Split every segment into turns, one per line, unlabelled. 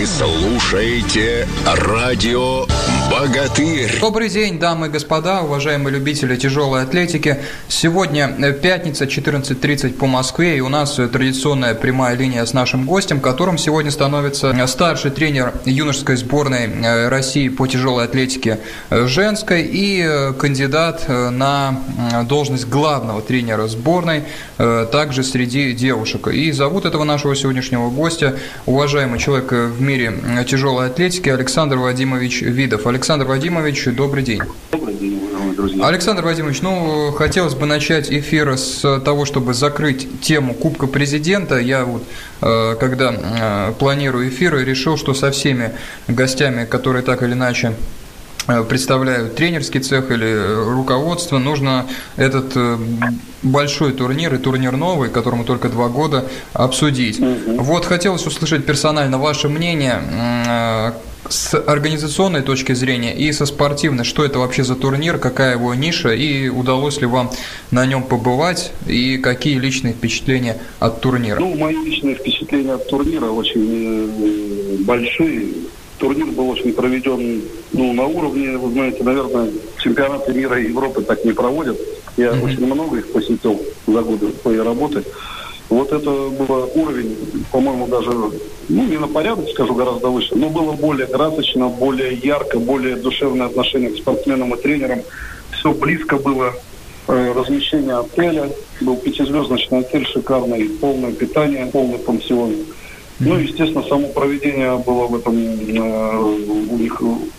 Вы слушаете радио «Богатырь».
Добрый день, дамы и господа, уважаемые любители тяжелой атлетики. Сегодня пятница, 14:30 по Москве, и у нас традиционная прямая линия с нашим гостем, которым сегодня становится старший тренер юношеской сборной России по тяжелой атлетике женской и кандидат на должность главного тренера сборной также среди девушек. И зовут этого нашего сегодняшнего гостя уважаемый человек в мире тяжелой атлетики Александр Вадимович Видов. Александр Вадимович, добрый день.
Добрый день, уважаемые друзья.
Александр Вадимович, хотелось бы начать эфир с того, чтобы закрыть тему Кубка Президента. Я когда планирую эфиры, решил, что со всеми гостями, которые так или иначе представляют тренерский цех или руководство, нужно этот большой турнир и турнир новый, которому только 2 года, обсудить. Хотелось услышать персонально ваше мнение с организационной точки зрения и со спортивной. Что это вообще за турнир, какая его ниша, и удалось ли вам на нем побывать, и какие личные впечатления от турнира?
Мои личные впечатления от турнира очень большие. Турнир был очень проведен на уровне, вы знаете, наверное, чемпионаты мира и Европы так не проводят. Я очень много их посетил за годы своей работы. Это был уровень, по-моему, даже, не на порядок, скажу, гораздо выше, но было более красочно, более ярко, более душевное отношение к спортсменам и тренерам. Все близко было. Размещение отеля, был 5-звездочный отель, шикарный, полное питание, полный пансион. Естественно, само проведение было в этом, у них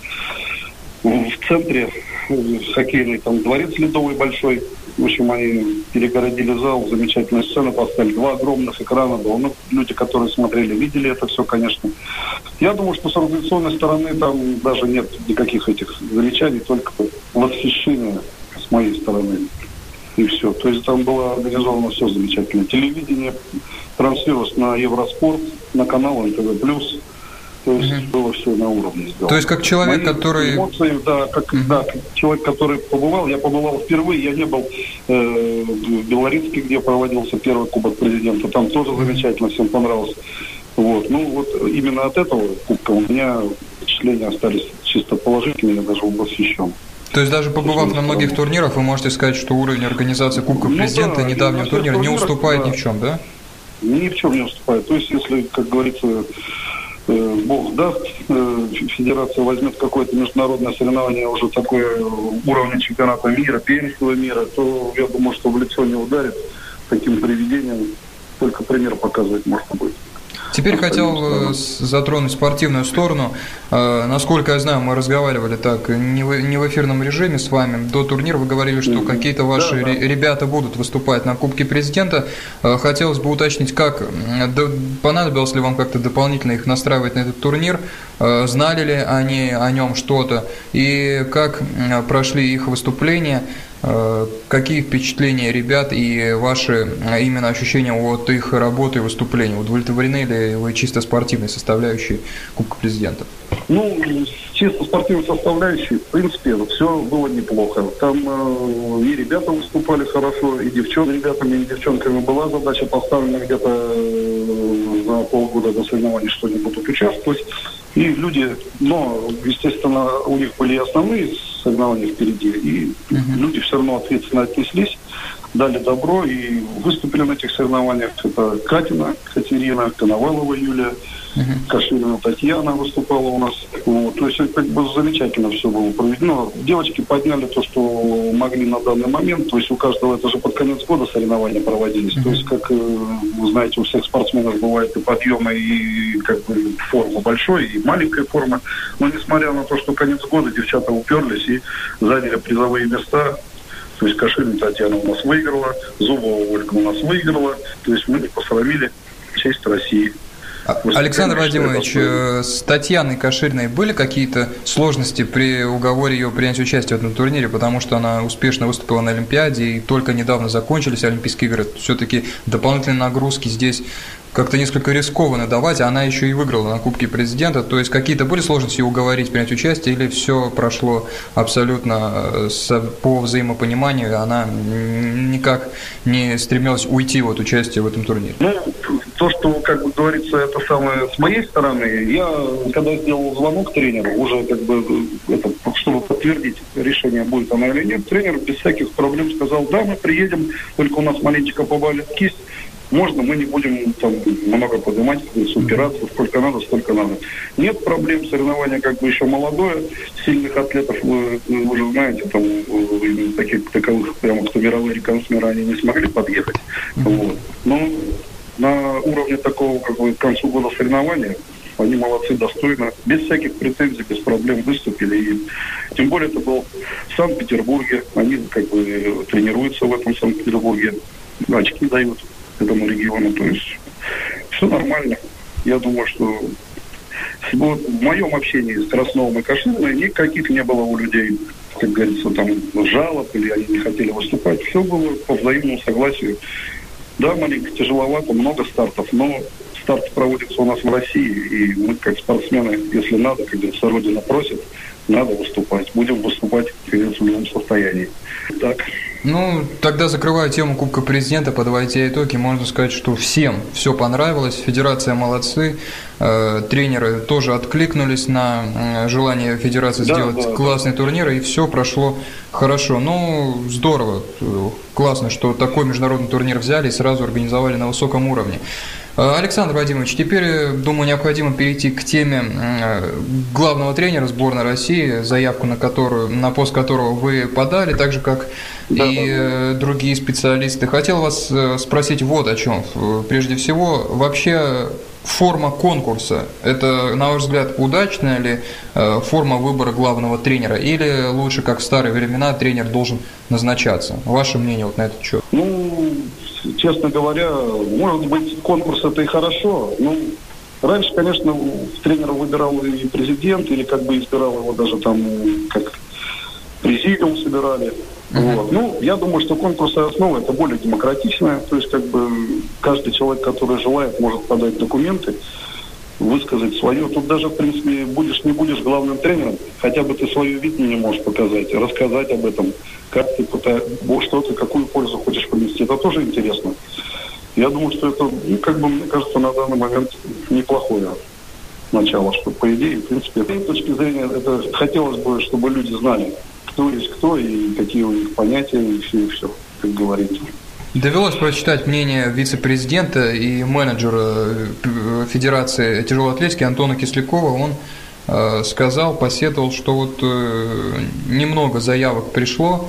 в центре хоккейный дворец ледовый большой. В общем, они перегородили зал, замечательную сцену поставили, 2 огромных экрана было. Люди, которые смотрели, видели это все, конечно. Я думаю, что с организационной стороны там даже нет никаких этих замечаний, только восхищение с моей стороны. И все. То есть там было организовано все замечательно. Телевидение транслировалось на Евроспорт, на канал НТВ+. То есть было все на уровне сделано.
То есть как человек, который...
Эмоции, как человек, который побывал, я побывал впервые, я не был в Белорецке, где проводился первый Кубок Президента, там тоже замечательно, всем понравилось. Именно от этого кубка у меня впечатления остались чисто положительные, я даже был восхищен.
То есть даже побывав на многих турнирах, вы можете сказать, что уровень организации Кубка Президента недавнего турнира не уступает ни в чем, да?
Ни в чем не уступает. То есть, если, как говорится, Бог даст, федерация возьмет какое-то международное соревнование уже такое уровня чемпионата мира, первенства мира, то я думаю, что в лицо не ударит таким приведением, только пример показывать можно будет.
Теперь хотел затронуть спортивную сторону. Насколько я знаю, мы разговаривали так не в эфирном режиме с вами. До турнира вы говорили, что какие-то ваши ребята будут выступать на Кубке Президента. Хотелось бы уточнить, как понадобилось ли вам как-то дополнительно их настраивать на этот турнир? Знали ли они о нем что-то? И как прошли их выступления? Какие впечатления ребят и ваши именно ощущения от их работы и выступлений? Удовлетворены ли вы чисто спортивной составляющей Кубка Президента?
Чисто спортивной составляющей, в принципе, все было неплохо. Там и ребята выступали хорошо, и ребятами, и девчонками была задача поставлена где-то за полгода до соревнований, что они будут участвовать. И люди, естественно, у них были основные соревнования впереди, и люди все равно ответственно отнеслись, дали добро и выступили на этих соревнованиях. Это Катина Катерина, Коновалова Юлия, Каширина Татьяна выступала у нас. То есть это замечательно все было проведено. Девочки подняли то, что могли на данный момент. То есть у каждого, это же под конец года соревнования проводились. То есть, как вы знаете, у всех спортсменов бывает и подъемы, и форма большой, и маленькая форма. Но несмотря на то, что конец года, девчата уперлись и заняли призовые места. То есть Каширина Татьяна у нас выиграла, Зубова Ольга у нас выиграла. То есть мы не посрамили честь России.
Александр Вадимович, с Татьяной Кашириной были какие-то сложности при уговоре ее принять участие в этом турнире, потому что она успешно выступила на Олимпиаде и только недавно закончились Олимпийские игры. Все-таки дополнительные нагрузки здесь как-то несколько рискованно давать, а она еще и выиграла на Кубке Президента. То есть какие-то были сложности уговорить принять участие, или все прошло абсолютно по взаимопониманию, она никак не стремилась уйти от участия в этом турнире?
то, что, как бы говорится, это самое с моей стороны, я, когда сделал звонок тренеру, уже как бы, чтобы подтвердить, решение будет оно или нет, тренер без всяких проблем сказал, да, мы приедем, только у нас маленечко побалит кисть, можно, мы не будем там много поднимать, упираться, сколько надо, столько надо. Нет проблем, соревнование как бы еще молодое, сильных атлетов, вы уже знаете, там таких таковых, прямо кто мировые рекордсмены, они не смогли подъехать. Вот. Но на уровне такого, как бы, к концу года соревнования, они молодцы, достойно, без всяких претензий, без проблем выступили. И тем более это был в Санкт-Петербурге, они как бы тренируются в этом Санкт-Петербурге, очки дают этому региону, то есть все нормально. Я думаю, что в моем общении с Красновым и Кашиной никаких не было у людей, как говорится, там жалоб или они не хотели выступать. Все было по взаимному согласию. Да, маленько тяжеловато, много стартов, но старт проводится у нас в России, и мы, как спортсмены, если надо, как говорится, Родина просит, надо выступать. Будем выступать, как говорится, в любом состоянии. Так.
Ну, тогда закрывая тему Кубка Президента, подводя итоги, можно сказать, что всем все понравилось, федерация молодцы, тренеры тоже откликнулись на желание федерации сделать классный турнир, и все прошло хорошо. Ну, здорово, классно, что такой международный турнир взяли и сразу организовали на высоком уровне. Александр Вадимович, теперь, думаю, необходимо перейти к теме главного тренера сборной России, заявку на пост которого вы подали, так же, как и другие специалисты. Хотел вас спросить вот о чем. Прежде всего, вообще форма конкурса – это, на ваш взгляд, удачная ли форма выбора главного тренера? Или лучше, как в старые времена, тренер должен назначаться? Ваше мнение вот на этот счет?
Ну, честно говоря, может быть, конкурс это и хорошо. Ну, раньше, конечно, тренера выбирал и президент, или как бы избирал его даже там, как президиум собирали. Вот. Ну, я думаю, что конкурсы основы это более демократичное, то есть как бы каждый человек, который желает, может подать документы, высказать свое. Тут даже, в принципе, будешь, не будешь главным тренером, хотя бы ты свое видение можешь показать, рассказать об этом, как ты что ты, какую пользу хочешь принести. Это тоже интересно. Я думаю, что это, ну, как бы, мне кажется, на данный момент неплохое начало, что, по идее, в принципе, с этой точки зрения, это хотелось бы, чтобы люди знали, кто есть кто и какие у них понятия, и все, как говорится.
Довелось прочитать мнение вице-президента и менеджера Федерации тяжелой атлетики Антона Кислякова. Он сказал, посетовал, что вот немного заявок пришло,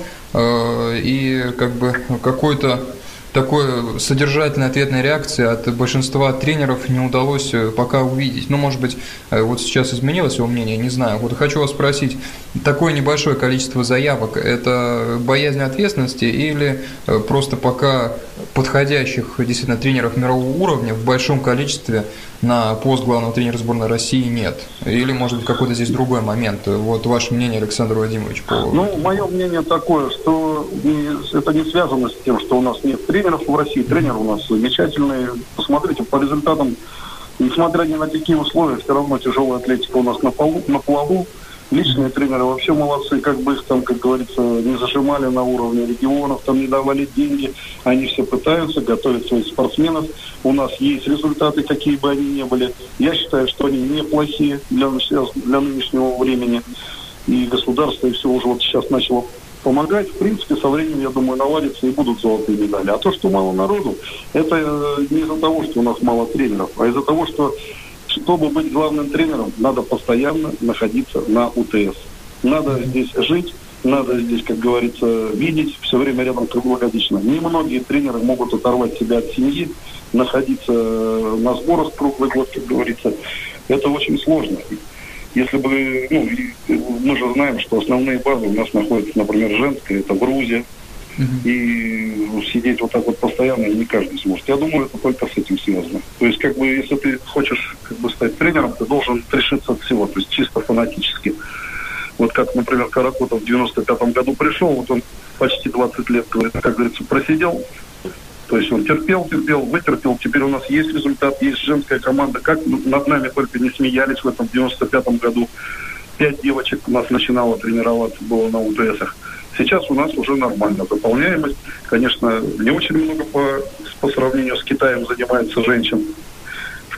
и как бы какой-то такой содержательной ответной реакции от большинства тренеров не удалось пока увидеть. Ну, может быть, вот сейчас изменилось его мнение, не знаю. Вот хочу вас спросить, такое небольшое количество заявок – это боязнь ответственности или просто пока подходящих действительно тренеров мирового уровня в большом количестве на пост главного тренера сборной России нет? Или, может быть, какой-то здесь другой момент? Вот ваше мнение, Александр Вадимович, по...
Ну, мое мнение такое, что это не связано с тем, что у нас нет тренеров в России. Тренеры у нас замечательные. Посмотрите, по результатам, несмотря ни на какие условия, все равно тяжелая атлетика у нас на плаву. Личные тренеры вообще молодцы, как бы их там, как говорится, не зажимали на уровне регионов, там не давали деньги. Они все пытаются готовить своих спортсменов. У нас есть результаты, какие бы они ни были. Я считаю, что они неплохие для нынешнего времени. И государство, и все уже вот сейчас начало помогать. В принципе, со временем, я думаю, наладится и будут золотые медали. А то, что мало народу, это не из-за того, что у нас мало тренеров, а из-за того, что чтобы быть главным тренером, надо постоянно находиться на УТС. Надо здесь жить, надо здесь, как говорится, видеть, все время рядом круглогодично. Немногие тренеры могут оторвать себя от семьи, находиться на сборах круглый год, как говорится. Это очень сложно. Если бы, мы же знаем, что основные базы у нас находятся, например, женская, это Грузия. И сидеть вот так вот постоянно не каждый сможет. Я думаю, это только с этим связано. То есть, как бы, если ты хочешь как бы стать тренером, ты должен решиться от всего, то есть чисто фанатически. Вот как, например, Каракотов в 95-м году пришел, вот он почти 20 лет, как говорится, просидел. То есть он терпел, вытерпел. Теперь у нас есть результат, есть женская команда. Как над нами только не смеялись в этом 95-м году. 5 девочек у нас начинало тренироваться, было на УТСах. Сейчас у нас уже нормально. Заполняемость, конечно, не очень много по сравнению с Китаем занимается женщин.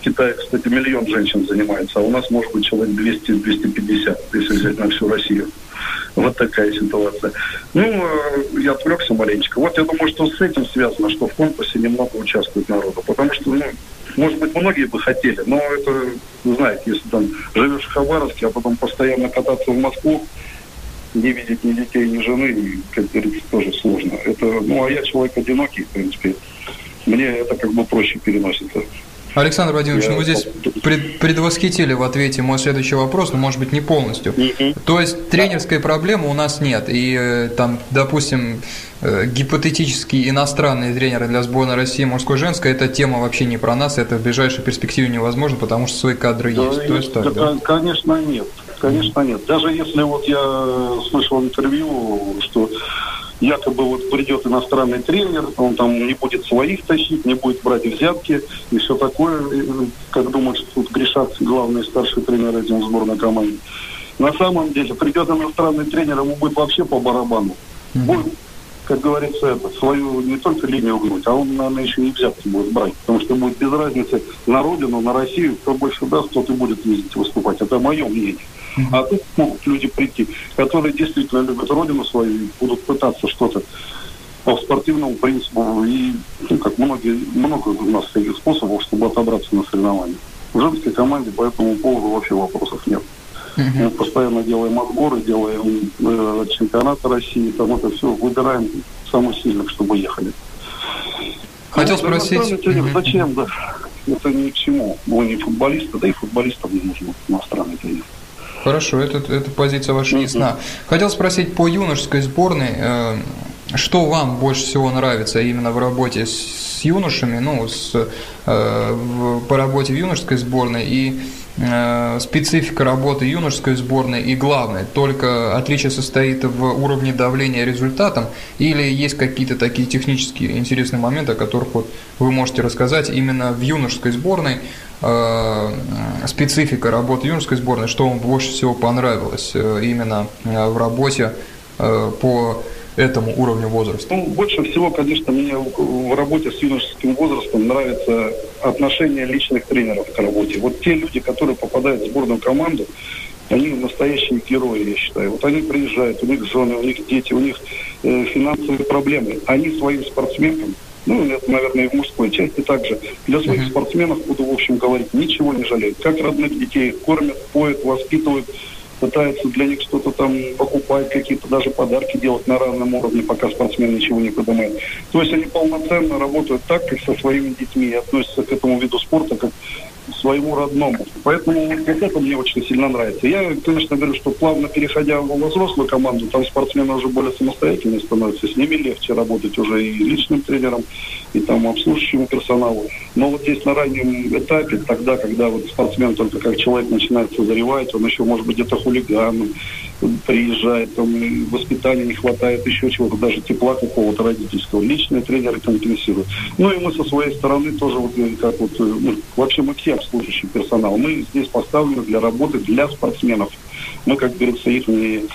Китае, кстати, 1 миллион женщин занимается, а у нас может быть человек 200-250, если взять на всю Россию. Вот такая ситуация. Я отвлекся маленечко. Вот я думаю, что с этим связано, что в конкурсе немного участвует народу. Потому что, может быть, многие бы хотели, но это, вы знаете, если там живешь в Хабаровске, а потом постоянно кататься в Москву, не видеть ни детей, ни жены, как говорится, тоже сложно. А я человек одинокий, в принципе. Мне это как бы проще переносится.
Александр Владимирович, вы здесь предвосхитили в ответе мой следующий вопрос, но, может быть, не полностью. То есть тренерской проблемы у нас нет, и там, допустим, гипотетические иностранные тренеры для сборной России мужской и женской, эта тема вообще не про нас, это в ближайшей перспективе невозможно, потому что свои кадры есть. То есть так, да?
Конечно, нет. Конечно, нет. Даже если я слышал интервью, что якобы придет иностранный тренер, он там не будет своих тащить, не будет брать взятки и все такое, как думают, что тут грешат главные старшие тренеры этим в сборной команде. На самом деле, придет иностранный тренер, ему будет вообще по барабану. Будет, как говорится, свою не только линию гнуть, а он, наверное, еще и взятки будет брать. Потому что будет без разницы на родину, на Россию, кто больше даст, тот и будет ездить выступать. Это мое мнение. А тут могут люди прийти, которые действительно любят родину свою и будут пытаться что-то по спортивному принципу. И, много у нас таких способов, чтобы отобраться на соревнования. В женской команде по этому поводу вообще вопросов нет. Мы постоянно делаем отборы, делаем чемпионаты России, там это все выбираем самых сильных, чтобы ехали.
Хотел спросить...
Зачем, да? Это ни к чему. Мы не футболисты, да и футболистам не нужен иностранный тренер.
Хорошо, эта позиция ваша ясна. Хотел спросить по юношеской сборной, что вам больше всего нравится именно в работе с юношами, по работе в юношеской сборной и специфика работы юношеской сборной и главное, только отличие состоит в уровне давления результатом или есть какие-то такие технические интересные моменты, о которых вы можете рассказать именно в юношеской сборной, специфика работы юношеской сборной, что вам больше всего понравилось именно в работе по этому уровню возраста?
Больше всего, конечно, мне в работе с юношеским возрастом нравится отношение личных тренеров к работе. Вот те люди, которые попадают в сборную команду, они настоящие герои, я считаю. Они приезжают, у них жены, у них дети, у них финансовые проблемы. Они своим спортсменам, это, наверное, и в мужской части также, для своих спортсменов, буду, в общем, говорить, ничего не жалеют. Как родных детей кормят, поют, воспитывают, пытаются для них что-то там покупать, какие-то даже подарки делать на равном уровне, пока спортсмен ничего не поднимает. То есть они полноценно работают так, как со своими детьми, и относятся к этому виду спорта как к своему родному. Поэтому это мне очень сильно нравится. Я, конечно, говорю, что плавно переходя во взрослую команду, там спортсмены уже более самостоятельные становятся, с ними легче работать уже и личным тренером, и там обслуживающему персоналу. Но вот здесь на раннем этапе, тогда, когда спортсмен только как человек начинает созревать, он еще может быть где-то хулиганом, приезжает, там воспитания не хватает, еще чего-то, даже тепла какого-то родительского. Личные тренеры компенсируют. И мы со своей стороны тоже, вообще мы все обслуживающий персонал. Мы здесь поставлены для работы для спортсменов. Мы, как говорится, их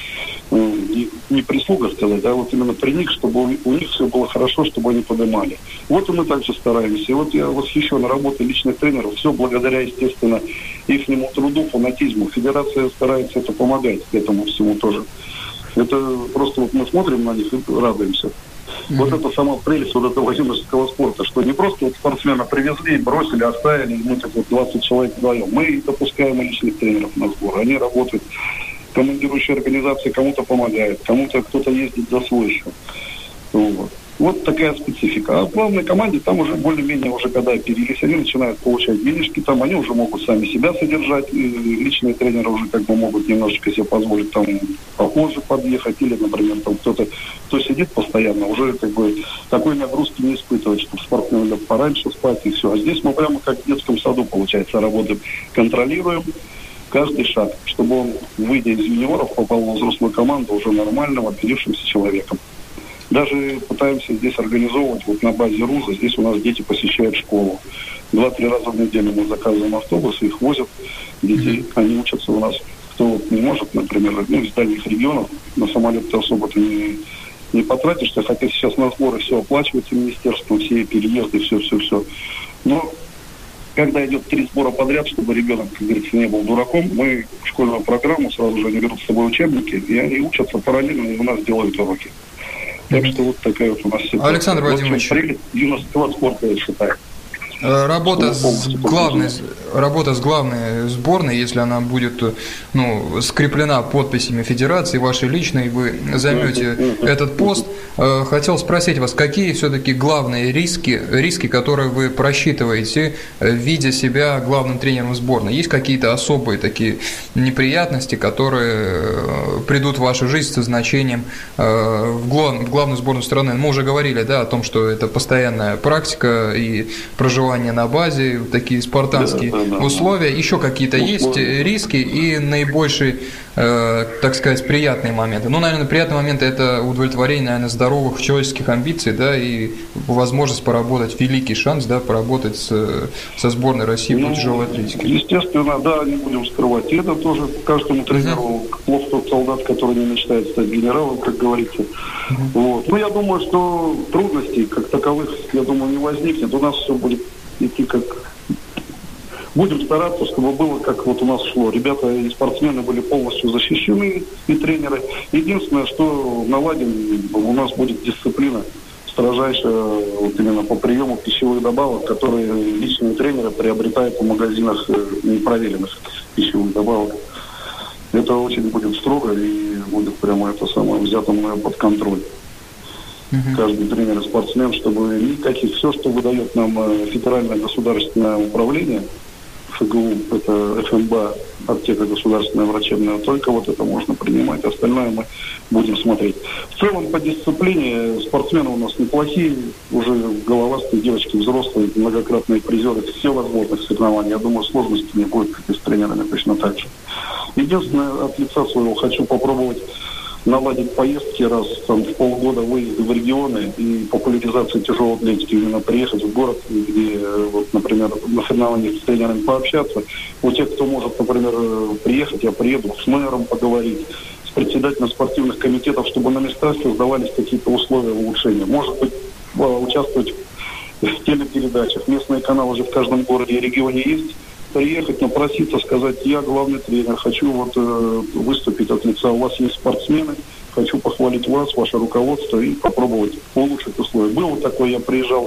не прислуга сказать, а именно при них, чтобы у них все было хорошо, чтобы они поднимали. И мы также стараемся. И я восхищен работой личных тренеров. Все благодаря, естественно, ихнему труду, фанатизму. Федерация старается это помогать этому всему тоже. Это просто мы смотрим на них и радуемся. Это сама прелесть этого юношеского спорта, что не просто спортсмена привезли, бросили, оставили, мы 20 человек вдвоем. Мы допускаем личных тренеров на сбор. Они работают, командирующие организации кому-то помогают, кому-то кто-то ездит за свой счет. Вот такая специфика. А в главной команде там уже более-менее, когда оперились, они начинают получать денежки, там они уже могут сами себя содержать, личные тренеры уже могут немножечко себе позволить там попозже подъехать, или, например, там кто-то, кто сидит постоянно, уже такой нагрузки не испытывать, чтобы спортсмен лег пораньше спать и все. А здесь мы прямо как в детском саду, получается, работаем, контролируем каждый шаг, чтобы он, выйдя из юниоров, попал в взрослую команду уже нормальным, оперившимся человеком. Даже пытаемся здесь организовывать, на базе РУЗа, здесь у нас дети посещают школу. 2-3 раза в неделю мы заказываем автобусы, их возят, детей, они учатся у нас. Кто не может, например, из дальних регионов, на самолет ты особо-то не потратишься, хотя сейчас на сборы все оплачивается министерством, все переезды, все. Но когда идет 3 сбора подряд, чтобы ребенок, как говорится, не был дураком, мы в школьную программу сразу же они берут с собой учебники, и они учатся параллельно, и у нас делают уроки. Так что вот такая вот у нас ситуация.
Александр Владимирович.
Прелесть 92 спорта, я считаю.
Работа с главной сборной, если она будет скреплена подписями федерации вашей личной, вы займете этот пост. Хотел спросить вас, какие все-таки главные риски, которые вы просчитываете, видя себя главным тренером сборной? Есть какие-то особые такие неприятности, которые придут в вашу жизнь со значением в главную сборную страны? Мы уже говорили, о том, что это постоянная практика и проживание на базе, такие спартанские условия. Еще какие-то есть риски и наибольшие, так сказать, приятные моменты. Наверное, приятный момент – это удовлетворение, наверное, здоровых человеческих амбиций, и возможность поработать, великий шанс, поработать со сборной России по тяжелой атлетике.
Естественно, не будем скрывать. И это тоже каждому тренеру плохо тот солдат, который не мечтает стать генералом, как говорится. Я думаю, что трудностей как таковых, не возникнет. У нас все будет идти как... Будем стараться, чтобы было, как у нас шло. Ребята и спортсмены были полностью защищены, и тренеры. Единственное, что наладим, у нас будет дисциплина строжайшая именно по приему пищевых добавок, которые личные тренеры приобретают в магазинах непроверенных пищевых добавок. Это очень будет строго и будет прямо взято под контроль. Каждый тренер и спортсмен, чтобы никаких, все, что выдает нам федеральное государственное управление, ФГУ, это ФМБА, аптека государственная врачебная, только это можно принимать, остальное мы будем смотреть. В целом по дисциплине спортсмены у нас неплохие, уже головастые девочки, взрослые, многократные призеры всех возможных соревнований. Я думаю, сложностей не будет, как и с тренерами точно так же. Единственное, от лица своего хочу попробовать наладить поездки раз в полгода, выезды в регионы и популяризацию тяжелой атлетики, именно приехать в город, где, например, на соревнованиях с тренерами пообщаться. У тех, кто может, например, приехать, я приеду с мэром поговорить, с председателем спортивных комитетов, чтобы на местах создавались какие-то условия улучшения. Может быть, участвовать в телепередачах. Местные каналы же в каждом городе и регионе есть. Приехать, напроситься, сказать, я главный тренер, хочу выступить от лица. У вас есть спортсмены, хочу похвалить вас, ваше руководство и попробовать улучшить условия. Было такое, я приезжал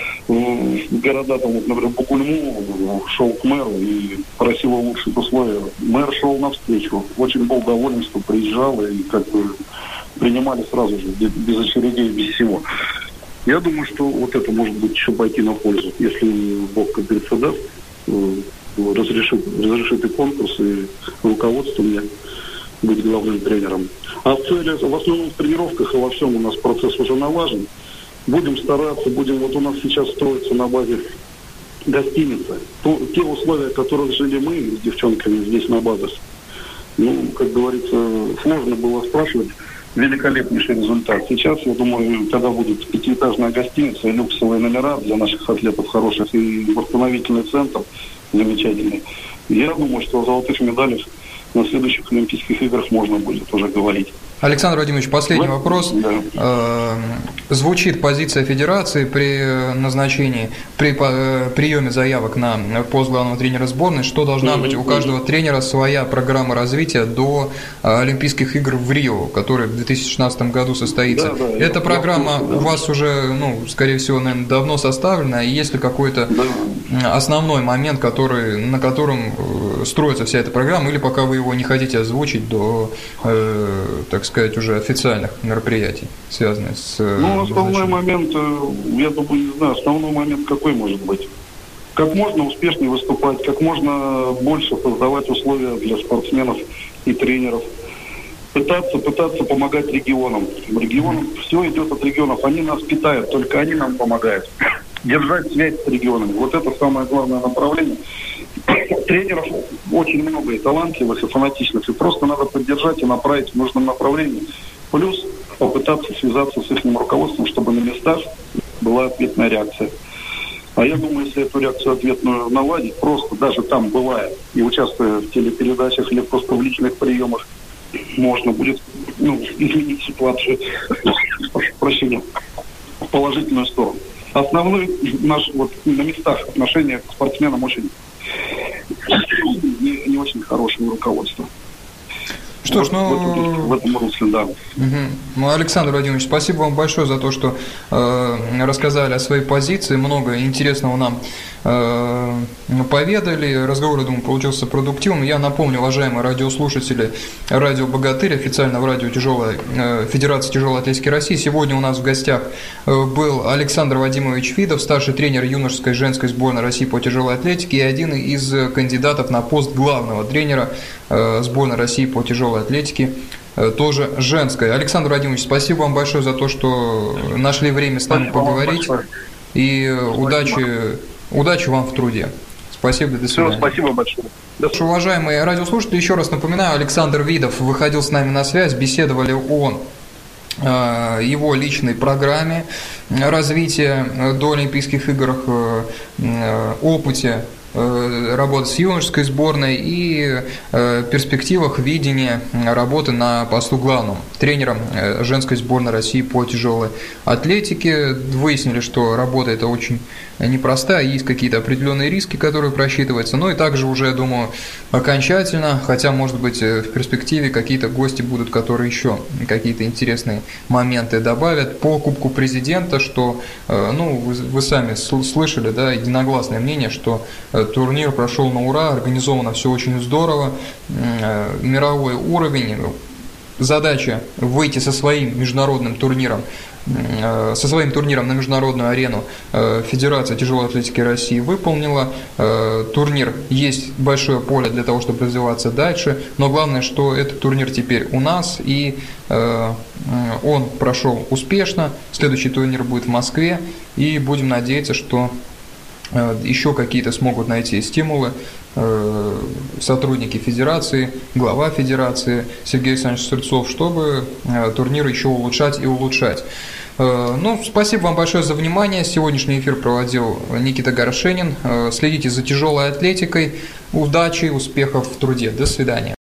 в города, например, Бугульму, шел к мэру и просил улучшить условия. Мэр шел навстречу, очень был доволен, что приезжал и принимали сразу же, без очередей, без всего. Я думаю, что это может быть еще пойти на пользу, если Бог, как говорится, даст. Разрешит и конкурс, и руководство мне быть главным тренером. А в основном в тренировках и во всем у нас процесс уже налажен. Будем стараться, у нас сейчас строится на базе гостиница. Те условия, в которых жили мы с девчонками здесь на базах, как говорится, сложно было спрашивать. Великолепнейший результат. Сейчас, я думаю, когда будет 5-этажная гостиница и люксовые номера для наших атлетов хороших и восстановительный центр замечательный, я думаю, что о золотых медалях на следующих Олимпийских играх можно будет уже говорить.
Александр Владимирович, последний вопрос. Да. Звучит позиция Федерации при назначении, при приеме заявок на пост главного тренера сборной, что должна быть у каждого тренера своя программа развития до Олимпийских игр в Рио, который в 2016 году состоится. Да, эта программа у вас уже, скорее всего, наверное, давно составлена, и есть ли какой-то основной момент, на котором строится вся эта программа, или пока вы его не хотите озвучить до, так сказать, уже официальных мероприятий, связанных с...
основной момент, я думаю, не знаю, основной момент какой может быть? Как можно успешнее выступать, как можно больше создавать условия для спортсменов и тренеров. Пытаться помогать регионам. Регионам все идет от регионов, они нас питают, только они нам помогают. Держать связь с регионами. Это самое главное направление. Тренеров очень много, и талантливых, и фанатичных. И просто надо поддержать и направить в нужном направлении. Плюс попытаться связаться с их руководством, чтобы на местах была ответная реакция. А я думаю, если эту реакцию ответную наладить, просто даже там бывая, и участвуя в телепередачах или просто в личных приемах, можно будет изменить ситуацию, прощения, в положительную сторону. основной наш вот на местах отношения к спортсменам очень не очень хорошее руководство.
Что ж,
в этом русле, да.
Ну, Александр Владимирович, спасибо вам большое за то, что рассказали о своей позиции, много интересного нам поведали. Разговор, я думаю, получился продуктивным. Я напомню, уважаемые радиослушатели, радио «Богатырь», официального радио Федерации тяжелой атлетики России. Сегодня у нас в гостях был Александр Вадимович Видов, старший тренер юношеской и женской сборной России по тяжелой атлетике и один из кандидатов на пост главного тренера сборной России по тяжелой атлетике, тоже женской. Александр Владимирович, спасибо вам большое за то, что нашли время с нами поговорить. И удачи вам в труде. Спасибо, до свидания.
Все, спасибо большое.
Уважаемые радиослушатели, еще раз напоминаю, Александр Видов выходил с нами на связь, беседовали о его личной программе развития до Олимпийских игр, опыте работы с юношеской сборной и перспективах видения работы на посту главным тренером женской сборной России по тяжелой атлетике. Выяснили, что работа эта очень непростая, есть какие-то определенные риски, которые просчитываются, но и также уже, я думаю, окончательно, хотя, может быть, в перспективе какие-то гости будут, которые еще какие-то интересные моменты добавят по Кубку Президента, что, вы сами слышали, да, единогласное мнение, что турнир прошел на ура, организовано все очень здорово, мировой уровень, задача выйти со своим международным турниром, на международную арену Федерация тяжелой атлетики России выполнила. Турнир есть большое поле для того, чтобы развиваться дальше, но главное, что этот турнир теперь у нас, и он прошел успешно. Следующий турнир будет в Москве, и будем надеяться, что еще какие-то смогут найти стимулы сотрудники Федерации, глава Федерации Сергей Александрович Стрельцов, чтобы турнир еще улучшать и улучшать. Спасибо вам большое за внимание. Сегодняшний эфир проводил Никита Горшенин. Следите за тяжелой атлетикой. Удачи, успехов в труде. До свидания.